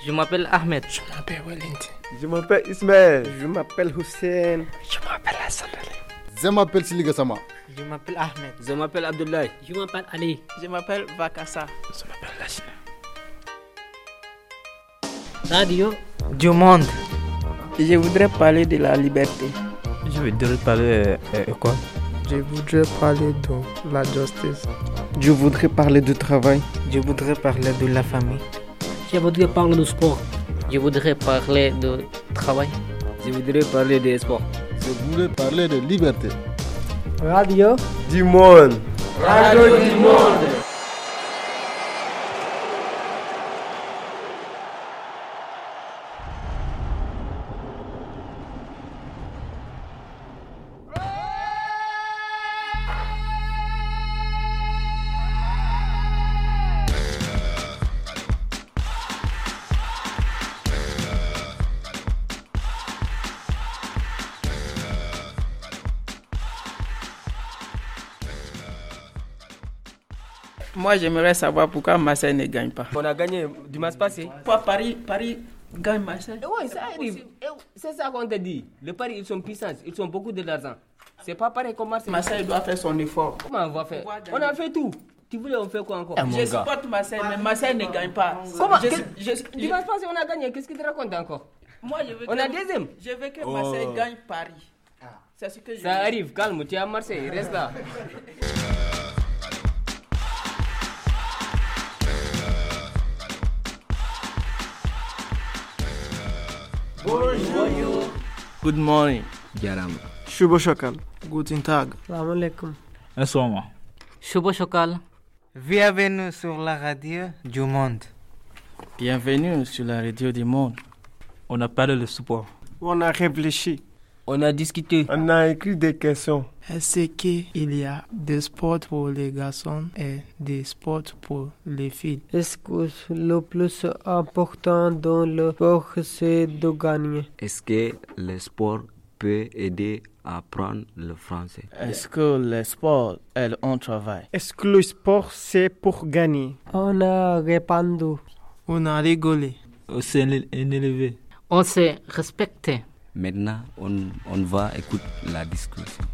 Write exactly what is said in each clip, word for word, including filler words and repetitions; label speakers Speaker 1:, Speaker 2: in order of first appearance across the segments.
Speaker 1: Je m'appelle Ahmed.
Speaker 2: Je m'appelle Walid.
Speaker 3: Je m'appelle Ismaël.
Speaker 4: Je m'appelle Hussein.
Speaker 2: Je m'appelle Hassan Ali.
Speaker 5: Je m'appelle Sili Gassama.
Speaker 6: Je m'appelle Ahmed.
Speaker 1: Je m'appelle Abdoulaye.
Speaker 7: Je m'appelle Ali.
Speaker 8: Je m'appelle Vakassa.
Speaker 2: Je m'appelle Lachina.
Speaker 7: Radio
Speaker 6: du monde.
Speaker 8: Je voudrais parler de la liberté.
Speaker 9: Je voudrais parler euh, quoi?
Speaker 2: Je voudrais parler de la justice.
Speaker 4: Je voudrais parler du travail.
Speaker 6: Je voudrais parler de la famille.
Speaker 7: Je voudrais parler du sport.
Speaker 1: Je voudrais parler de travail.
Speaker 10: Je voudrais parler des sports.
Speaker 5: Je voudrais parler de liberté.
Speaker 7: Radio
Speaker 3: du monde.
Speaker 11: Radio du monde.
Speaker 8: Moi, j'aimerais savoir pourquoi Marseille ne gagne pas.
Speaker 10: On a gagné dimanche passé.
Speaker 8: Pourquoi Paris, Paris gagne Marseille?
Speaker 10: Oui, ça arrive. C'est ça qu'on te dit. Les Paris, ils sont puissants. Ils ont beaucoup d'argent. C'est pas pareil comme Marseille.
Speaker 8: Marseille doit faire son effort.
Speaker 10: Comment on va faire? On a fait tout. Tu voulais on fait quoi encore?
Speaker 8: Ah, je supporte Marseille, mais Marseille ne gagne pas.
Speaker 10: Comment? Je, je, je, dimanche passé, on a gagné. Qu'est-ce que tu racontes encore?
Speaker 8: Moi, je veux
Speaker 10: on
Speaker 8: que,
Speaker 10: a deuxième.
Speaker 8: Je veux que Marseille oh. gagne Paris. C'est ce que je
Speaker 10: Ça
Speaker 8: veux.
Speaker 10: arrive. Calme. Tu es à Marseille. Reste là.
Speaker 8: Bonjour.
Speaker 4: Good morning.
Speaker 10: Jaram.
Speaker 4: Shubo Shokal.
Speaker 2: Guten Tag.
Speaker 7: Salam alaikum.
Speaker 9: Bonsoir.
Speaker 1: Shubo Shokal.
Speaker 6: Bienvenue sur la radio du monde.
Speaker 4: Bienvenue sur la radio du monde.
Speaker 9: On a parlé de sport.
Speaker 4: On a réfléchi.
Speaker 10: On a discuté.
Speaker 3: On a écrit des questions.
Speaker 2: Est-ce qu'il y a des sports pour les garçons et des sports pour les filles?
Speaker 7: Est-ce que le plus important dans le sport, c'est de gagner?
Speaker 12: Est-ce que le sport peut aider à apprendre le français?
Speaker 4: Est-ce que le sport est un travail?
Speaker 13: Est-ce que le sport, c'est pour gagner?
Speaker 7: On a répandu.
Speaker 2: On a rigolé.
Speaker 9: On s'est élevé.
Speaker 1: On s'est respecté.
Speaker 12: Maintenant, on, on va écouter la discussion.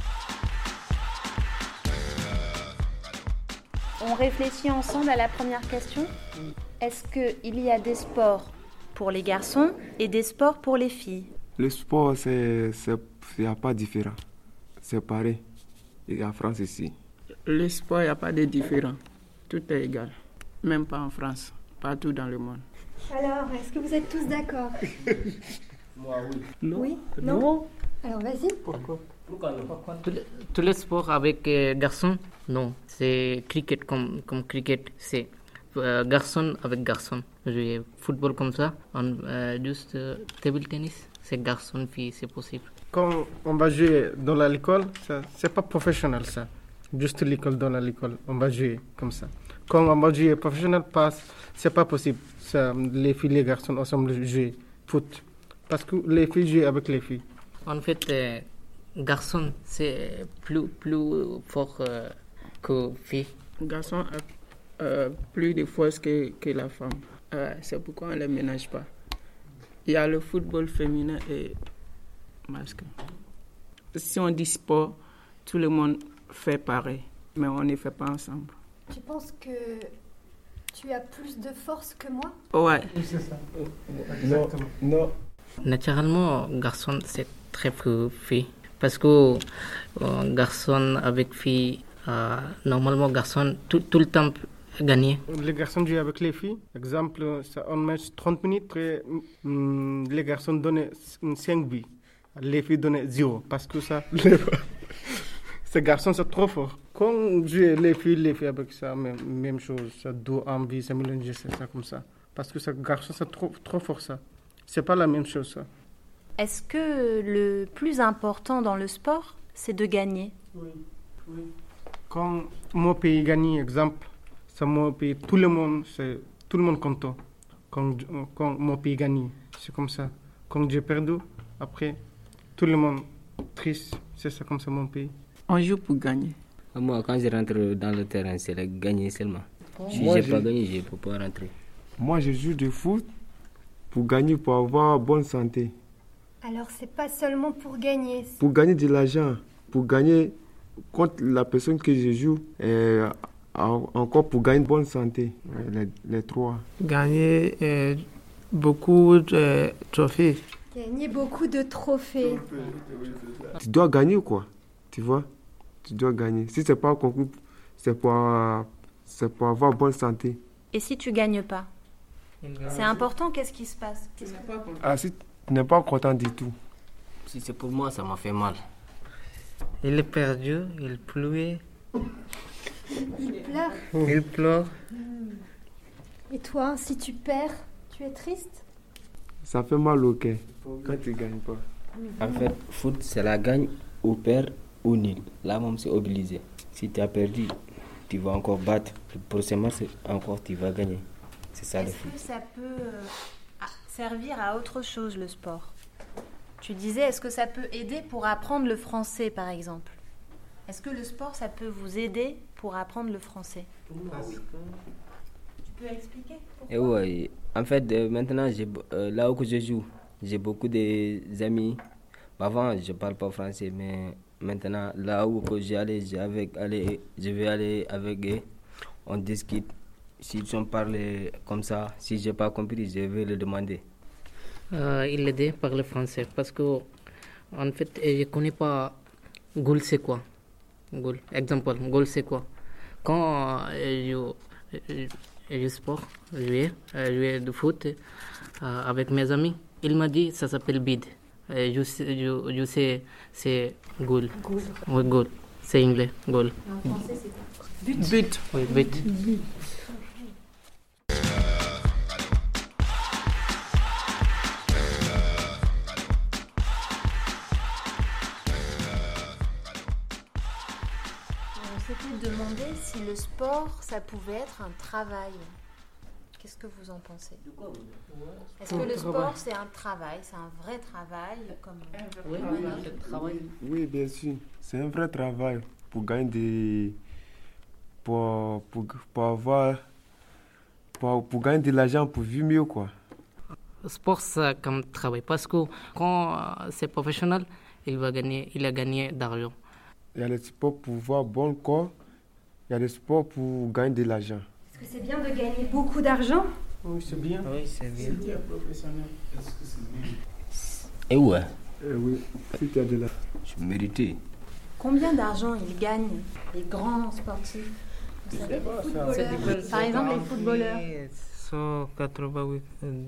Speaker 14: On réfléchit ensemble à la première question. Est-ce qu'il y a des sports pour les garçons et des sports pour les filles?
Speaker 3: Le sport, c'est, c'est, il n'y a pas de différence. C'est pareil. Il y a en France ici.
Speaker 8: Le sport, il n'y a pas de différence. Tout est égal. Même pas en France. Partout dans le monde.
Speaker 15: Alors, est-ce que vous êtes tous d'accord?
Speaker 8: Moi, oui.
Speaker 15: Non. Oui? Non, non. Alors, vas-y.
Speaker 8: Pourquoi? Pourquoi non?
Speaker 1: Tous les, tous les sports avec euh, garçons, non. C'est cricket comme, comme cricket. C'est euh, garçon avec garçon. Jouer football comme ça. On, euh, juste euh, table tennis. C'est garçon, fille, c'est possible.
Speaker 13: Quand on va jouer dans l'école, ça, c'est pas professionnel ça. Juste l'école dans l'école, on va jouer comme ça. Quand on va jouer professionnel, c'est pas possible. Ça, les filles et les garçons ensemble jouer foot. Parce que les filles jouent avec les filles.
Speaker 1: En fait, euh, garçon, c'est plus, plus fort euh, que fille.
Speaker 8: Garçon a euh, plus de force que, que la femme. Euh, c'est pourquoi on ne les ménage pas. Il y a le football féminin et masculin. Si on dit sport, tout le monde fait pareil, mais on ne fait pas ensemble.
Speaker 15: Tu penses que tu as plus de force que moi?
Speaker 8: Ouais.
Speaker 2: C'est ça.
Speaker 3: Non, non.
Speaker 1: Naturellement, garçon, c'est très peu fille. Parce que euh, garçon avec fille, euh, normalement, garçon, tout, tout le temps gagner.
Speaker 13: Les garçons jouent avec les filles. Exemple, ça, on met trente minutes, après, mm, les garçons donnent cinq buts. Les filles donnent zéro. Parce que ça, les, ces garçons, c'est trop fort. Quand on joue les filles, les filles avec ça, même, même chose. Ça doit envie, ça mélange, c'est ça comme ça. Parce que ces garçons, c'est trop, trop fort ça. C'est pas la même chose, ça.
Speaker 14: Est-ce que le plus important dans le sport, c'est de gagner?
Speaker 13: Oui. oui. Quand mon pays gagne, exemple, c'est mon pays, tout le monde, c'est tout le monde content. Quand, quand mon pays gagne, c'est comme ça. Quand j'ai perdu, après, tout le monde triste. C'est ça comme ça mon pays.
Speaker 8: On joue pour gagner.
Speaker 10: Moi, quand je rentre dans le terrain, c'est le gagner seulement.
Speaker 3: Oh.
Speaker 10: Si
Speaker 3: Moi,
Speaker 10: je n'ai pas gagné, je ne peux pas rentrer.
Speaker 3: Moi, je joue du foot pour gagner, pour avoir bonne santé.
Speaker 15: Alors, c'est pas seulement pour gagner.
Speaker 3: Pour gagner de l'argent, pour gagner contre la personne que je joue, et encore pour gagner une bonne santé, les, les trois.
Speaker 2: Gagner euh, beaucoup de trophées.
Speaker 15: Gagner beaucoup de trophées.
Speaker 3: Tu dois gagner quoi, tu vois? Tu dois gagner. Si c'est pas un concours, c'est pour, c'est pour avoir bonne santé.
Speaker 14: Et si tu gagnes pas? C'est important, qu'est-ce qui se passe?
Speaker 3: Ah, si tu n'es pas content du tout.
Speaker 10: Si c'est pour moi, ça m'a fait mal.
Speaker 1: Il est perdu, il pleut.
Speaker 15: Il pleure.
Speaker 1: Il pleure.
Speaker 15: Et toi, si tu perds, tu es triste?
Speaker 3: Ça fait mal au cœur quand tu ne gagnes pas.
Speaker 10: En fait, foot, c'est la gagne ou perd ou nul. Là, même, c'est obligé. Si tu as perdu, tu vas encore battre. Le prochain match, encore, tu vas gagner. C'est ça le foot.
Speaker 14: Est-ce que ça peut euh, servir à autre chose, le sport? Tu disais, est-ce que ça peut aider pour apprendre le français, par exemple? Est-ce que le sport, ça peut vous aider pour apprendre le français? Tu peux expliquer pourquoi?
Speaker 10: Et ouais, en fait, euh, maintenant, j'ai, euh, là où je joue, j'ai beaucoup d'amis. Avant, je ne parle pas français, mais maintenant, là où j'ai allé, j'ai avec, allez, je vais aller avec eux. On discute. S'ils ont parlé comme ça, si je n'ai pas compris, je vais le demander.
Speaker 1: Euh, il aidait par le français parce que, en fait, je ne connais pas goal c'est quoi. Goal. Exemple, goal c'est quoi. Quand euh, je, je, je sport, jouer, jouer de foot euh, avec mes amis, il m'a dit ça s'appelle bid. Euh, je, je, je sais c'est goal.
Speaker 15: Goal.
Speaker 1: Oui, goal. C'est anglais, goal.
Speaker 14: En français, c'est quoi?
Speaker 1: But. But. Oui, but. but.
Speaker 14: Demander si le sport, ça pouvait être un travail. Qu'est-ce que vous en pensez? Est-ce que le sport, c'est un travail? C'est un vrai travail comme
Speaker 1: oui,
Speaker 14: un
Speaker 1: travail.
Speaker 3: Oui, bien sûr. C'est un vrai travail pour gagner des... Pour, pour, pour avoir... Pour, pour gagner de l'argent, pour vivre mieux, quoi.
Speaker 1: Le sport, c'est comme travail. Parce que quand c'est professionnel, il va gagner, il a gagné d'argent.
Speaker 3: Il y a le sport pour avoir bon corps. Il y a le sport pour gagner de l'argent.
Speaker 15: Est-ce que c'est bien de gagner beaucoup d'argent?
Speaker 13: Oui, c'est bien.
Speaker 1: Oui, c'est bien.
Speaker 13: Si tu es professionnel, est-ce que c'est bien?
Speaker 10: Et ouais.
Speaker 3: Eh oui, si tu as de l'argent.
Speaker 10: Je méritais.
Speaker 14: Combien d'argent ils gagnent, les grands sportifs? Vous savez, les footballeurs. Par exemple, les footballeurs.
Speaker 1: cent quatre-vingt-huit,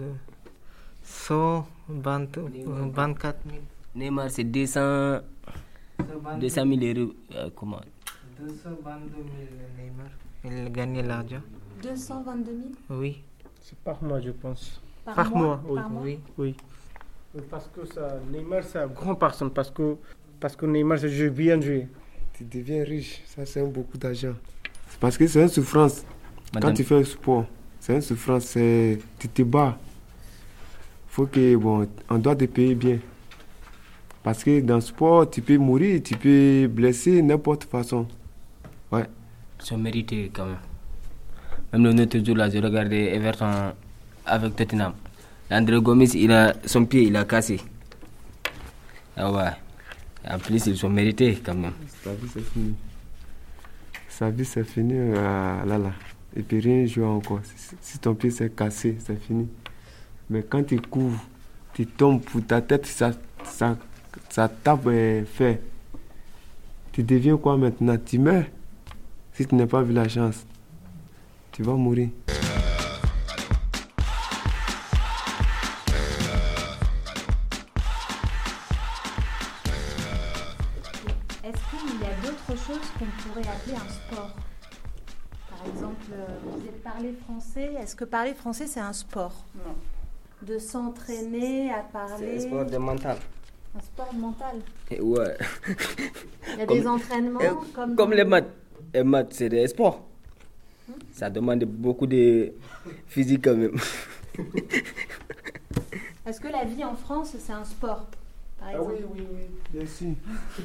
Speaker 1: cent vingt-quatre mille.
Speaker 10: Neymar, c'est deux cents mille euros. Euh, comment?
Speaker 1: deux cent vingt-deux mille Neymar. Il gagne l'argent.
Speaker 14: deux cent vingt-deux mille?
Speaker 1: Oui.
Speaker 13: C'est par mois, je pense.
Speaker 14: Par,
Speaker 13: par
Speaker 14: mois,
Speaker 13: mois, oui.
Speaker 14: Par mois?
Speaker 13: oui. oui. Parce que ça, Neymar, c'est une grande personne. Parce que, parce que Neymar, c'est joue bien joué.
Speaker 3: Tu deviens riche, ça c'est beaucoup d'argent. Parce que c'est une souffrance. Madame. Quand tu fais le sport, c'est une souffrance. C'est, tu te bats. Faut que, bon, on doit te payer bien. Parce que dans le sport, tu peux mourir, tu peux blesser n'importe façon. Ouais.
Speaker 10: Ils sont mérités quand même. Même le autre jour là, j'ai regardé Everton avec Tottenham. André Gomes, il a, son pied, il a cassé. Ah ouais. En plus, ils sont mérités quand même.
Speaker 3: Sa vie, c'est fini. Sa vie, c'est fini. Euh, là, là. Et puis rien jouer encore. Si, si ton pied s'est cassé, c'est fini. Mais quand tu cours, tu tombes pour ta tête, ça, ça, ça tape et fait. Tu deviens quoi maintenant? Tu meurs. Si tu n'as pas vu la chance, tu vas mourir.
Speaker 14: Est-ce qu'il y a d'autres choses qu'on pourrait appeler un sport? Par exemple, vous avez parlé français. Est-ce que parler français, c'est un sport?
Speaker 8: Non.
Speaker 14: De s'entraîner à parler...
Speaker 10: C'est un sport de mental.
Speaker 14: Un sport mental?
Speaker 10: Et ouais.
Speaker 14: Il y a
Speaker 10: comme,
Speaker 14: des entraînements
Speaker 10: euh,
Speaker 14: comme...
Speaker 10: Comme les maths. Les maths, c'est des sports. Hmm? Ça demande beaucoup de physique quand même.
Speaker 14: Est-ce que la vie en France, c'est un sport, par exemple?
Speaker 3: Ah oui, oui, oui, bien sûr.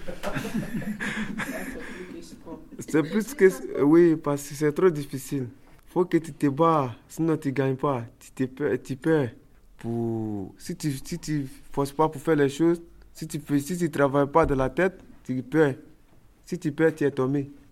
Speaker 3: C'est plus que... Oui, parce que c'est trop difficile. Faut que tu te bats, sinon tu ne gagnes pas. Tu, te perds, tu perds. pour... Si tu si tu forces pas pour faire les choses, si tu ne si tu travailles pas de la tête, tu perds. Si tu perds, tu es tombé.